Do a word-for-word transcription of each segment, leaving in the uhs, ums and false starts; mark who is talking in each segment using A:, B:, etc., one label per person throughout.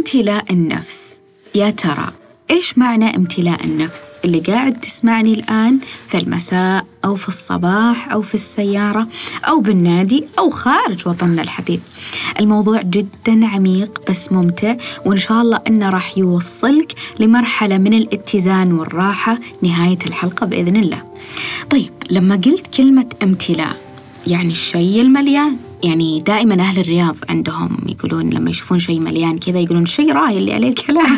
A: امتلاء النفس، يا ترى إيش معنى امتلاء النفس؟ اللي قاعد تسمعني الآن في المساء أو في الصباح أو في السيارة أو بالنادي أو خارج وطننا الحبيب. الموضوع جدا عميق بس ممتع، وإن شاء الله إنه راح يوصلك لمرحلة من الاتزان والراحة نهاية الحلقة بإذن الله. طيب، لما قلت كلمة امتلاء يعني الشيء المليان. يعني دائما أهل الرياض عندهم يقولون لما يشوفون شيء مليان كذا يقولون الشيء راي اللي عليه الكلام.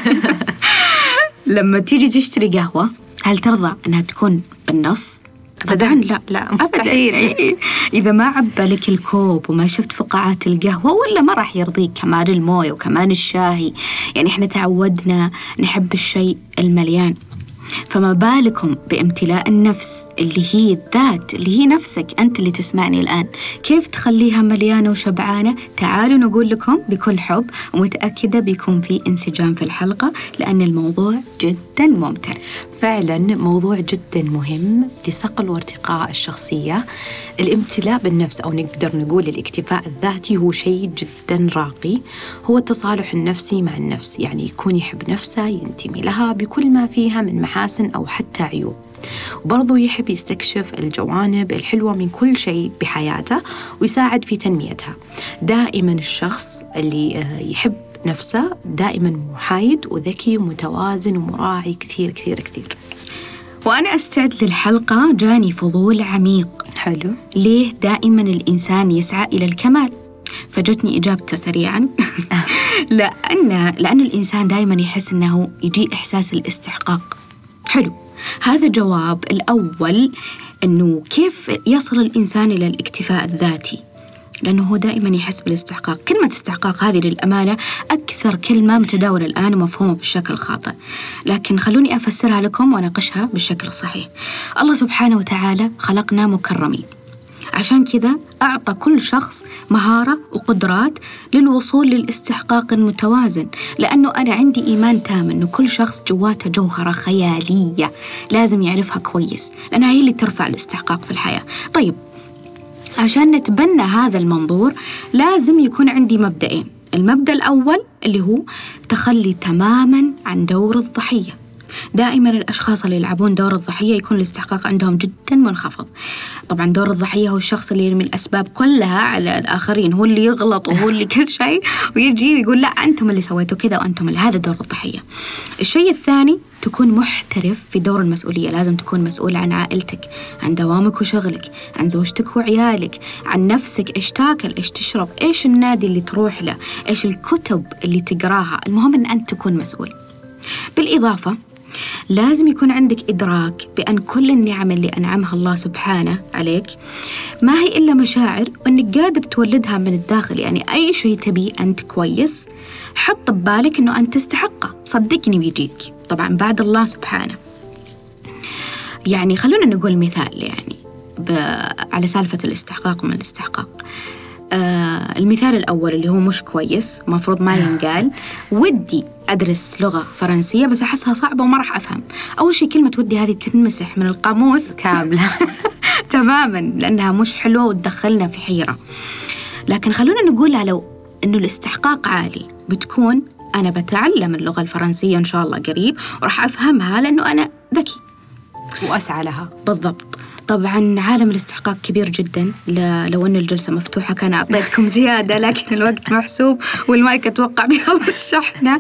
A: لما تيجي تشتري قهوة هل ترضى أنها تكون بالنص؟ طبعاً لا
B: لا مستحيل.
A: إذا ما عبى لك الكوب وما شفت فقاعات القهوة ولا ما راح يرضيك كمان الموية وكمان الشاهي. يعني إحنا تعودنا نحب الشيء المليان، فما بالكم بامتلاء النفس اللي هي الذات، اللي هي نفسك أنت اللي تسمعني الآن. كيف تخليها مليانة وشبعانة؟ تعالوا نقول لكم بكل حب، ومتأكدة بيكون في انسجام في الحلقة لأن الموضوع جدا ممتع.
B: فعلا موضوع جدا مهم لصقل وارتقاء الشخصية. الامتلاء بالنفس أو نقدر نقول الاكتفاء الذاتي هو شيء جدا راقي، هو التصالح النفسي مع النفس، يعني يكون يحب نفسه، ينتمي لها بكل ما فيها من محاسن أو حتى عيوب، وبرضو يحب يستكشف الجوانب الحلوة من كل شيء بحياته ويساعد في تنميتها. دائما الشخص اللي يحب نفسه دائما محايد وذكي ومتوازن ومراعي كثير كثير كثير.
A: وأنا أستعد للحلقة جاني فضول عميق.
B: حلو.
A: ليه دائما الإنسان يسعى إلى الكمال؟ فجتني إجابته سريعاً. لأن لأن الإنسان دائما يحس أنه يجي إحساس الاستحقاق. حلو، هذا جواب الأول. أنه كيف يصل الإنسان إلى الاكتفاء الذاتي؟ لأنه هو دائما يحس بالاستحقاق. كلمة استحقاق هذه للأمانة أكثر كلمة متداولة الآن ومفهومة بالشكل خاطئ، لكن خلوني أفسرها لكم وأناقشها بالشكل الصحيح. الله سبحانه وتعالى خلقنا مكرمين، عشان كذا أعطى كل شخص مهارة وقدرات للوصول للاستحقاق المتوازن، لأنه أنا عندي إيمان تام أنه كل شخص جواته جوهرة خيالية لازم يعرفها كويس، لأنها هي اللي ترفع الاستحقاق في الحياة. طيب، عشان نتبنى هذا المنظور لازم يكون عندي مبدأين. المبدأ الأول اللي هو تخلي تماماً عن دور الضحية. دائما الأشخاص اللي يلعبون دور الضحية يكون الاستحقاق عندهم جدا منخفض. طبعا دور الضحية هو الشخص اللي يرمي الأسباب كلها على الآخرين، هو اللي يغلط وهو اللي كل شيء، ويجي يقول لا أنتم اللي سويتوا كذا وأنتم اللي. هذا دور الضحية. الشيء الثاني تكون محترف في دور المسؤولية. لازم تكون مسؤول عن عائلتك، عن دوامك وشغلك، عن زوجتك وعيالك، عن نفسك، إيش تاكل، إيش تشرب، إيش النادي اللي تروح له، إيش الكتب اللي تقراها. المهم أن أنت تكون مسؤول. بالإضافة لازم يكون عندك إدراك بأن كل النعم اللي أنعمها الله سبحانه عليك ما هي إلا مشاعر، وأنك قادر تولدها من الداخل. يعني أي شيء تبي أنت كويس حط ببالك أنه أنت تستحقه، صدقني بيجيك طبعا بعد الله سبحانه. يعني خلونا نقول مثال يعني على سالفة الاستحقاق ومن الاستحقاق. آه المثال الأول اللي هو مش كويس مفروض ما ينقال. ودي أدرس لغة فرنسية بس أحسها صعبة وما راح أفهم. أول شيء كلمة ودي هذه تنمسح من القاموس
B: كاملة
A: تماماً، لأنها مش حلوة وتدخلنا في حيرة. لكن خلونا نقولها لو أنه الاستحقاق عالي، بتكون أنا بتعلم اللغة الفرنسية إن شاء الله قريب وراح أفهمها لأنه أنا ذكي
B: وأسعى لها.
A: بالضبط. طبعاً عالم الاستحقاق كبير جداً. لو أن الجلسة مفتوحة كان أعطيتكم زيادة، لكن الوقت محسوب والمايك أتوقع بيخلص شحنة.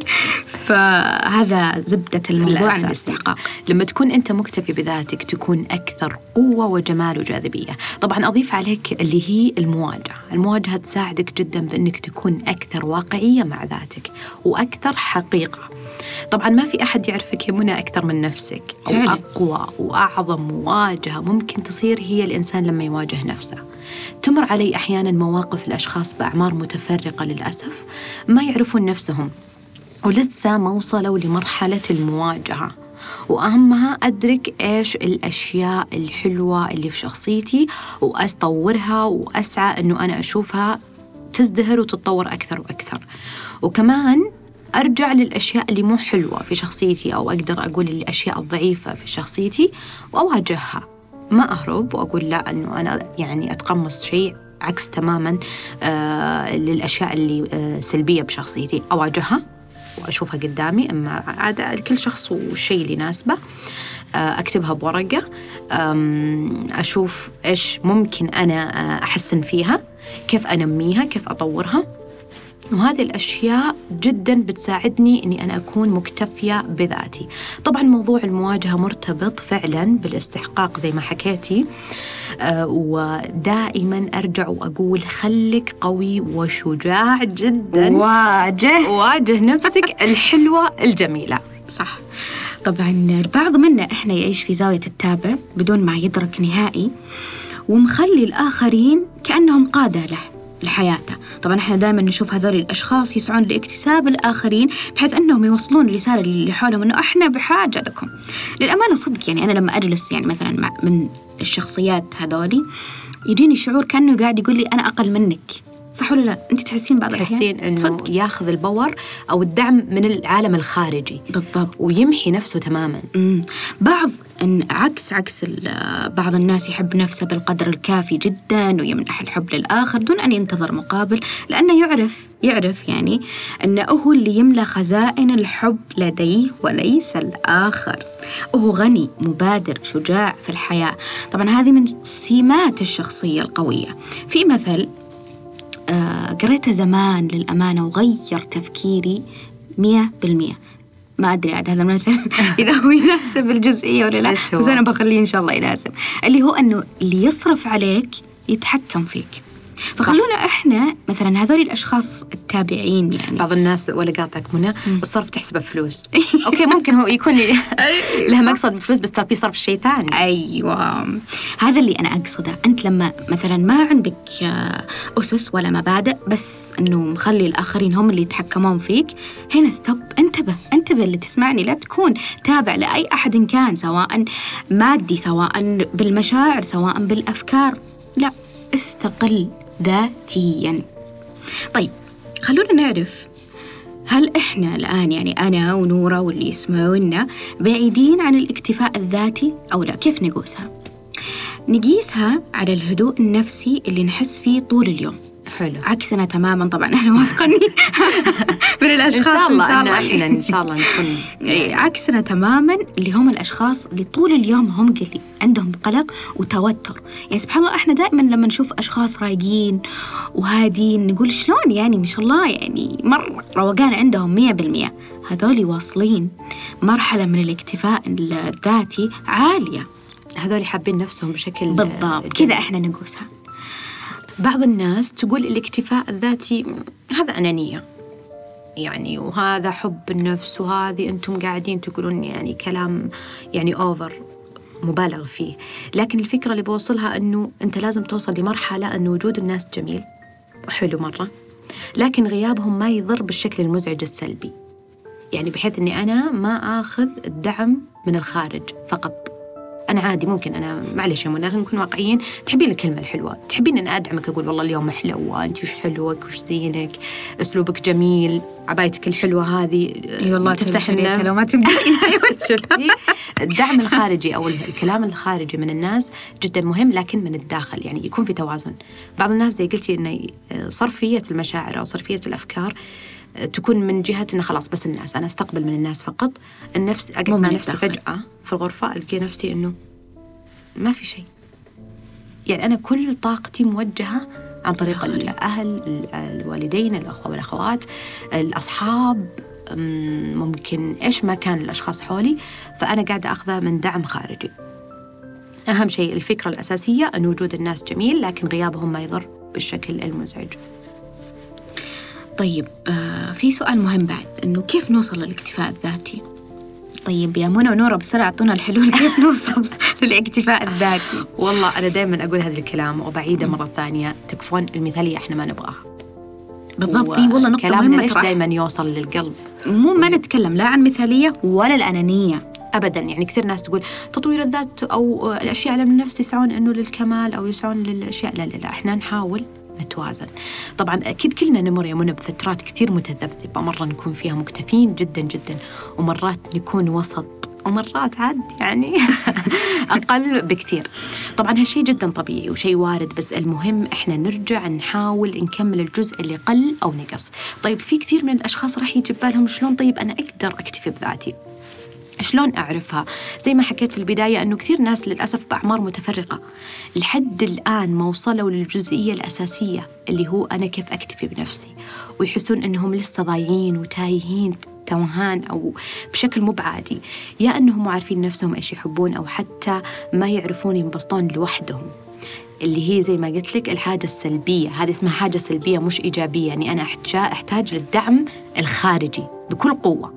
A: فهذا زبدة الموضوع عن الاستحقاق.
B: لما تكون أنت مكتفي بذاتك تكون أكثر قوة وجمال وجاذبية. طبعاً أضيف عليك اللي هي المواجهة. المواجهة تساعدك جداً بأنك تكون أكثر واقعية مع ذاتك وأكثر حقيقة. طبعاً ما في أحد يعرفك يا منى أكثر من نفسك، أو
A: فعلا.
B: أقوى وأعظم مواجهة ممكن تصير هي الإنسان لما يواجه نفسه. تمر علي أحياناً مواقف الأشخاص بأعمار متفرقة للأسف ما يعرفون نفسهم ولسه ما وصلوا لمرحلة المواجهة، وأهمها أدرك إيش الأشياء الحلوة اللي في شخصيتي وأطورها وأسعى أنه أنا أشوفها تزدهر وتتطور أكثر وأكثر. وكمان أرجع للأشياء اللي مو حلوة في شخصيتي، أو أقدر أقول الأشياء الضعيفة في شخصيتي وأواجهها. ما أهرب وأقول لا أنه أنا يعني أتقمص شيء عكس تماماً آه للأشياء اللي آه سلبية بشخصيتي. أواجهها وأشوفها قدامي، أما عاد كل شخص والشيء اللي يناسبه. أكتبها بورقة، أشوف إيش ممكن أنا أحسن فيها، كيف أنميها، كيف أطورها. وهذه الأشياء جداً بتساعدني أني أنا أكون مكتفية بذاتي. طبعاً موضوع المواجهة مرتبط فعلاً بالاستحقاق زي ما حكيتي، أه ودائماً أرجع وأقول خليك قوي وشجاع جداً،
A: واجه
B: واجه نفسك الحلوة الجميلة.
A: صح. طبعاً البعض منا إحنا يعيش في زاوية التابع بدون ما يدرك نهائي، ومخلي الآخرين كأنهم قادة له لحياته. طبعاً إحنا دائماً نشوف هذول الأشخاص يسعون لاكتساب الآخرين بحيث أنهم يوصلون رسالة اللي حولهم أنه إحنا بحاجة لكم. للأمانة صدق يعني أنا لما أجلس يعني مثلاً مع من الشخصيات هذولي يجيني شعور كأنه قاعد يقول لي أنا أقل منك. صح ولا لا؟ أنت تحسين بعض الأحيان
B: تحسين إنه صدق ياخذ الباور أو الدعم من العالم الخارجي
A: بالضبط،
B: ويمحي نفسه تماماً.
A: مم. بعض إن عكس عكس بعض الناس يحب نفسه بالقدر الكافي جداً ويمنح الحب للآخر دون أن ينتظر مقابل، لأنه يعرف يعرف يعني أنه هو اللي يملى خزائن الحب لديه وليس الآخر. وهو غني، مبادر، شجاع في الحياة. طبعاً هذه من سمات الشخصية القوية. في مثل آه قريته زمان للأمانة وغير تفكيري مية بالمية. ما أدري عاد هذا المثل إذا هو يناسب الجزئية ولا لا، بس أنا بخليه إن شاء الله يناسب. اللي هو أنه اللي يصرف عليك يتحكم فيك. فخلونا إحنا مثلاً هذول الأشخاص التابعين، يعني
B: بعض الناس ولا قاطعك منى الصرف تحسبه فلوس. أوكي ممكن هو يكون له مقصد بالفلوس بس ترى في صرف شيء ثاني.
A: أيوة هذا اللي أنا أقصده. أنت لما مثلاً ما عندك أسس ولا مبادئ بس أنه مخلي الآخرين هم اللي يتحكمون فيك، هنا ستوب. انتبه انتبه اللي تسمعني، لا تكون تابع لأي أحد كان، سواء مادي سواء بالمشاعر سواء بالأفكار. لا، استقل ذاتياً. طيب خلونا نعرف، هل إحنا الآن يعني أنا ونورة واللي يسمعونا بعيدين عن الاكتفاء الذاتي أو لا؟ كيف نقيسها؟ نقيسها على الهدوء النفسي اللي نحس فيه طول اليوم.
B: حلو.
A: عكسنا تماماً طبعاً. أنا موافقني من الأشخاص
B: إن شاء الله,
A: إن شاء
B: الله. إحنا إن شاء الله نكون
A: عكسنا تماماً، اللي هم الأشخاص اللي طول اليوم هم اللي عندهم قلق وتوتر. يعني سبحان الله إحنا دائماً لما نشوف أشخاص رايقين وهادين نقول شلون يعني ما شاء الله يعني مرة روقان عندهم مية بالمية. هذول واصلين مرحلة من الاكتفاء الذاتي عالية.
B: هذول حابين نفسهم بشكل
A: بالضبط كذا إحنا نقوسها.
B: بعض الناس تقول الاكتفاء الذاتي هذا أنانية يعني، وهذا حب النفس، وهذه أنتم قاعدين تقولون يعني كلام يعني أوفر مبالغ فيه. لكن الفكرة اللي بوصلها أنه أنت لازم توصل لمرحلة أن وجود الناس جميل وحلو مرة، لكن غيابهم ما يضر بالشكل المزعج السلبي. يعني بحيث أني أنا ما آخذ الدعم من الخارج فقط. أنا عادي ممكن أنا معلش يا منى نكون واقعيين، تحبين الكلمة الحلوة، تحبين أن أدعمك أقول والله اليوم حلوة، أنت وش حلوك وش زينك، أسلوبك جميل، عبايتك الحلوة هذه تفتح النفس.
A: لو ما تبدأ
B: شفتي الدعم الخارجي أو الكلام الخارجي من الناس جدا مهم، لكن من الداخل يعني يكون في توازن. بعض الناس زي قلتي إن صرفية المشاعر أو صرفية الأفكار تكون من جهة إنه خلاص بس الناس، أنا أستقبل من الناس فقط. النفس أقعد مع نفسي فجأة في الغرفة ألقي نفسي إنه ما في شيء. يعني أنا كل طاقتي موجهة عن طريق الأهل، الوالدين، الأخوة والأخوات، الأصحاب، ممكن إيش ما كان الأشخاص حولي، فأنا قاعدة أخذها من دعم خارجي. أهم شيء الفكرة الأساسية أن وجود الناس جميل، لكن غيابهم ما يضر بالشكل المزعج.
A: طيب آه في سؤال مهم بعد، إنه كيف نوصل للاكتفاء الذاتي؟ طيب يا منى ونورة بسرعة أعطونا الحلول كيف نوصل للاكتفاء الذاتي.
B: والله أنا دائما أقول هذا الكلام وبعيده مرة ثانية، تكفون المثالية إحنا ما نبغاها.
A: بالضبط. إيه والله نقطة مهمة.
B: ليش دائما يوصل للقلب؟
A: مو ما نتكلم لا عن مثالية ولا الأنانية
B: أبداً. يعني كثير ناس تقول تطوير الذات أو الأشياء على النفس يسعون إنه للكمال أو يسعون للأشياء. لا لا لا، إحنا نحاول نتوازن. طبعاً أكيد كلنا نمر يا منى بفترات كثير متذبذبة، مرة نكون فيها مكتفين جداً جداً، ومرات نكون وسط ومرات عاد يعني أقل بكثير. طبعاً هالشيء جداً طبيعي وشيء وارد، بس المهم إحنا نرجع نحاول نكمل الجزء اللي قل أو نقص. طيب في كثير من الأشخاص راح يجي بالهم شلون طيب أنا أقدر أكتفي بذاتي؟ شلون أعرفها؟ زي ما حكيت في البداية أنه كثير ناس للأسف بأعمار متفرقة لحد الآن ما وصلوا للجزئية الأساسية اللي هو أنا كيف أكتفي بنفسي، ويحسون أنهم لسه ضايعين وتايهين توهان أو بشكل مو بعادي، يا أنهم مو عارفين نفسهم إيش يحبون أو حتى ما يعرفون ينبسطون لوحدهم، اللي هي زي ما قلت لك الحاجة السلبية. هذه اسمها حاجة سلبية مش إيجابية، يعني أنا أحتاج للدعم الخارجي بكل قوة.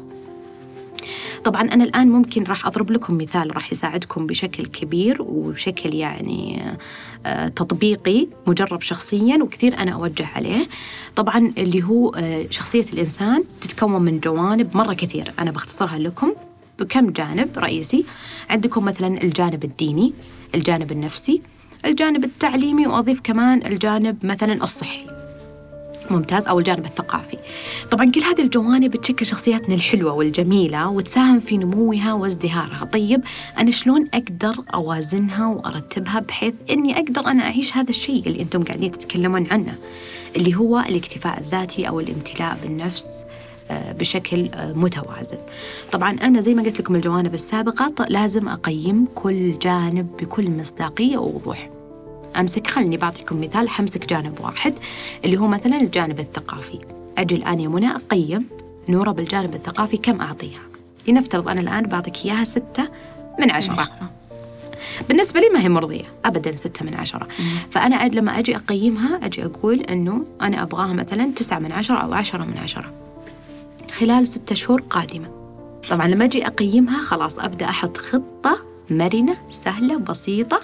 B: طبعاً أنا الآن ممكن راح أضرب لكم مثال راح يساعدكم بشكل كبير وشكل يعني تطبيقي مجرب شخصياً وكثير أنا أوجه عليه. طبعاً اللي هو شخصية الإنسان تتكون من جوانب مرة كثير، أنا بختصرها لكم بكم جانب رئيسي. عندكم مثلاً الجانب الديني، الجانب النفسي، الجانب التعليمي، وأضيف كمان الجانب مثلاً الصحي، ممتاز، أو الجانب الثقافي. طبعاً كل هذه الجوانب تشكل شخصياتنا الحلوة والجميلة وتساهم في نموها وازدهارها. طيب أنا شلون أقدر أوازنها وأرتبها بحيث أني أقدر أنا أعيش هذا الشيء اللي أنتم قاعدين تتكلمون عنه، اللي هو الاكتفاء الذاتي أو الامتلاء بالنفس بشكل متوازن؟ طبعاً أنا زي ما قلت لكم الجوانب السابقة لازم أقيم كل جانب بكل مصداقية ووضوح. أمسك خلني بعطيكم مثال، حمسك جانب واحد اللي هو مثلاً الجانب الثقافي. أجي الآن يا منى أقيم نورة بالجانب الثقافي كم أعطيها. لنفترض أنا الآن بعطيك إياها ستة من عشرة. بالنسبة لي ما هي مرضية أبداً ستة من عشرة. فأنا لما أجي أقيمها أجي أقول أنه أنا أبغاها مثلاً تسعة من عشرة أو عشرة من عشرة خلال ستة شهور قادمة. طبعاً لما أجي أقيمها خلاص أبدأ أحط خطة مرنة سهلة بسيطة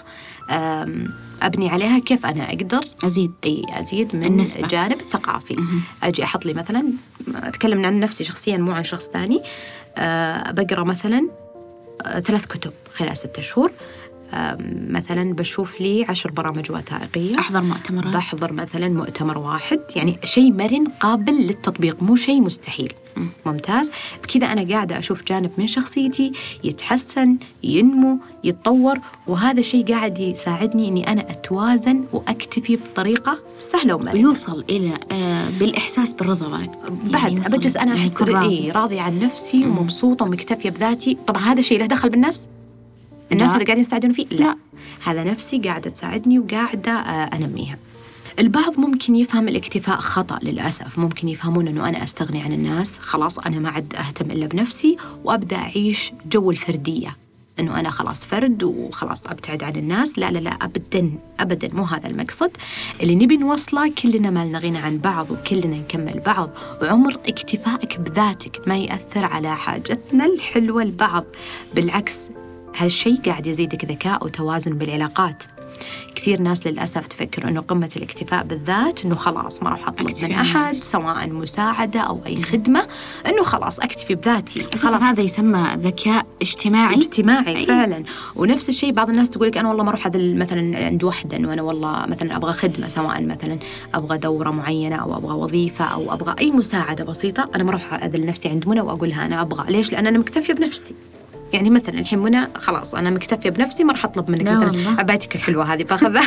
B: أبني عليها كيف أنا أقدر
A: أزيد
B: أي أزيد من
A: النسبة.
B: الجانب الثقافي. م- أجي أحط لي مثلاً، أتكلم عن نفسي شخصياً مو عن شخص ثاني، أه بقرأ مثلاً أه ثلاث كتب خلال ستة شهور، أه مثلاً بشوف لي عشر برامج وثائقية،
A: أحضر مؤتمرات،
B: بحضر مثلاً مؤتمر واحد، يعني شيء مرن قابل للتطبيق مو شيء مستحيل. م. ممتاز. بكذا أنا قاعدة أشوف جانب من شخصيتي يتحسن ينمو يتطور، وهذا شيء قاعد يساعدني أني أنا أتوازن وأكتفي بطريقة سهلة ومرنة،
A: ويوصل إلى آه بالإحساس بالرضا
B: بعد. يعني أبجلس أنا أحس إيه راضي عن نفسي ومبسوطة ومكتفية بذاتي. طبعا هذا شيء له دخل بالناس، الناس اللي قاعدين يساعدون فيه لا. لا هذا نفسي قاعدة تساعدني وقاعدة أنميها. البعض ممكن يفهم الاكتفاء خطأ للأسف، ممكن يفهمون أنه أنا أستغني عن الناس، خلاص أنا ما عاد أهتم إلا بنفسي وأبدأ أعيش جو الفردية، أنه أنا خلاص فرد وخلاص أبتعد عن الناس. لا لا لا أبداً أبداً مو هذا المقصد. اللي نبي نوصله كلنا ما لنا غنى عن بعض وكلنا نكمل بعض، وعمر اكتفائك بذاتك ما يأثر على حاجتنا الحلوة البعض، بالعكس هالشيء قاعد يزيدك ذكاء وتوازن بالعلاقات. كثير ناس للأسف تفكر أنه قمة الاكتفاء بالذات أنه خلاص ما راح أطلب من أحد سواء مساعدة أو أي خدمة، أنه خلاص أكتفي بذاتي.
A: أساساً هذا يسمى ذكاء اجتماعي
B: اجتماعي أي. فعلا. ونفس الشيء بعض الناس تقولك أنا والله ما أروح هذا مثلا عند وحدة، أنه أنا والله مثلا أبغى خدمة، سواء مثلا أبغى دورة معينة أو أبغى وظيفة أو أبغى أي مساعدة بسيطة، أنا ما أروح أذل نفسي عند منى وأقولها أنا أبغى. ليش؟ لأن أنا مكتفية بنفسي. يعني مثلا الحين منى خلاص أنا مكتفية بنفسي، ما راح أطلب منك مثلا عبايتك الحلوة هذه باخذها.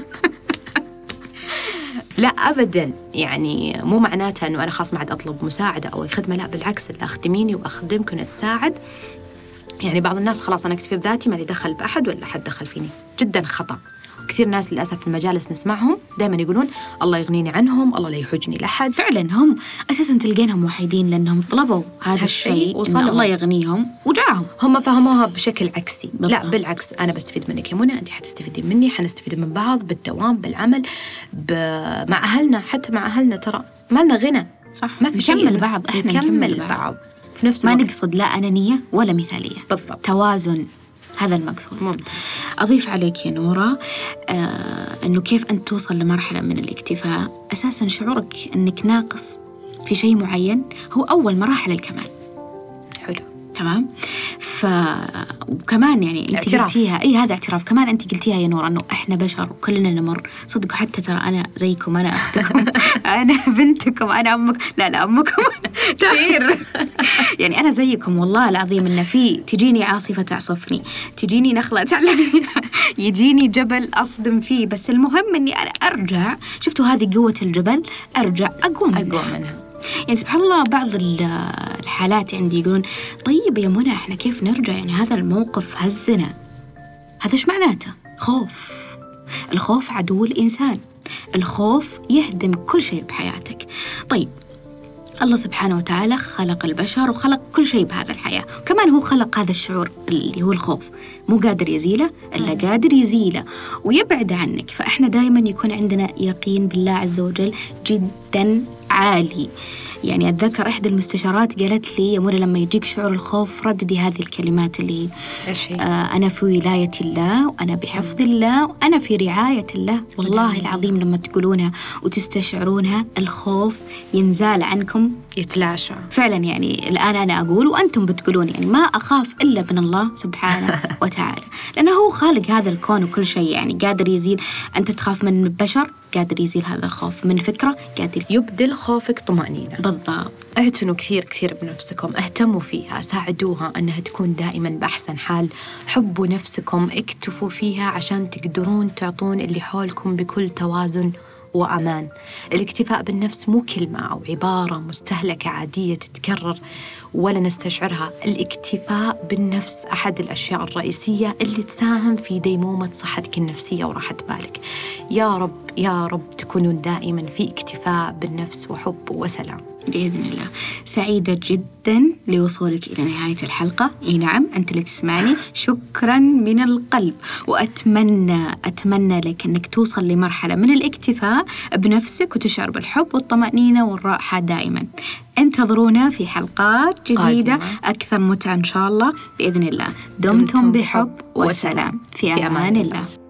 B: لا أبدا، يعني مو معناتها أنه أنا خلاص ما عاد أطلب مساعدة أو خدمة، لا بالعكس، اللي أخدميني وأخدمك ونتساعد. يعني بعض الناس خلاص أنا أكتفي بذاتي ما لي دخل بأحد ولا أحد دخل فيني، جدا خطأ. كثير ناس للأسف في المجالس نسمعهم دائما يقولون الله يغنيني عنهم، الله لا يحجني لأحد.
A: فعلا هم أساسا تلقينهم وحيدين لأنهم طلبوا هذا الشيء إن الله يغنيهم وجاهم.
B: هم فهموها بشكل عكسي. بالضبط. لا بالعكس، أنا بستفيد منك يا منى، أنت حتستفيدين مني، حنستفيد من بعض بالدوام بالعمل ب... مع أهلنا، حتى مع أهلنا ترى ما لنا غنى.
A: صح، ما في نكمل بعض، إحنا
B: نكمل بعض, بعض. في نفس
A: ما
B: الوقت.
A: نقصد لا أنانية ولا مثالية.
B: بالضبط.
A: توازن، هذا المقصود.
B: ممتاز.
A: أضيف عليك يا نورة آه أنه كيف أنت توصل لمرحلة من الاكتفاء. أساساً شعورك أنك ناقص في شيء معين هو أول مراحل الكمال.
B: حلو.
A: تمام. ف وكمان يعني أنت قلتيها، أي هذا اعتراف كمان أنت قلتيها يا نور، أنه إحنا بشر وكلنا نمر. صدقوا حتى ترى أنا زيكم، أنا أختكم أنا بنتكم، أنا أمك، لا لا أمكم كثير يعني أنا زيكم والله العظيم. إن في تجيني عاصفة تعصفني، تجيني نخلة تعلق فيها، يجيني جبل أصدم فيه، بس المهم إني أنا أرجع. شفتوا هذه قوة الجبل، أرجع أقوى منها,
B: أقوى منها.
A: يعني سبحان الله بعض الحالات عندي يقولون طيب يا منى إحنا كيف نرجع؟ يعني هذا الموقف هزنا، هذا إيش معناته؟ خوف. الخوف عدو الإنسان، الخوف يهدم كل شيء بحياتك. طيب الله سبحانه وتعالى خلق البشر وخلق كل شيء بهذا الحياة، كمان هو خلق هذا الشعور اللي هو الخوف، مو قادر يزيله إلا قادر يزيله ويبعد عنك. فإحنا دائما يكون عندنا يقين بالله عز وجل جدا عالي. يعني أتذكر إحدى المستشارات قالت لي يا منى لما يجيك شعور الخوف رددي هذه الكلمات اللي آه أنا في ولاية الله، وأنا بحفظ الله، وأنا في رعاية الله. والله العظيم لما تقولونها وتستشعرونها الخوف ينزال عنكم،
B: يتلاشى
A: فعلا. يعني الآن أنا أقول وأنتم بتقولون، يعني ما أخاف إلا من الله سبحانه وتعالى، لأنه هو خالق هذا الكون وكل شيء، يعني قادر يزيل. أنت تخاف من البشر، قادر يزيل هذا الخوف. من فكرة، قادر
B: يبدل خوفك طمأنينة.
A: بالضبط.
B: اعتنوا كثير كثير بنفسكم، اهتموا فيها، ساعدوها أنها تكون دائما بأحسن حال. حبوا نفسكم، اكتفوا فيها عشان تقدرون تعطون اللي حولكم بكل توازن وأمان. الاكتفاء بالنفس مو كلمة أو عبارة مستهلكة عادية تتكرر ولا نستشعرها. الاكتفاء بالنفس أحد الأشياء الرئيسية اللي تساهم في ديمومة صحتك النفسية وراحة بالك. يا رب يا رب تكونون دائما في اكتفاء بالنفس وحب وسلام
A: بإذن الله. سعيدة جدا لوصولك إلى نهاية الحلقة. إيه نعم، أنت اللي تسمعني، شكرا من القلب. وأتمنى أتمنى لك أنك توصل لمرحلة من الاكتفاء بنفسك وتشعر بالحب والطمأنينة والراحة دائما. انتظرونا في حلقات جديدة قادمة. أكثر متعة إن شاء الله بإذن الله. دمتم بحب وسلام، في أمان الله.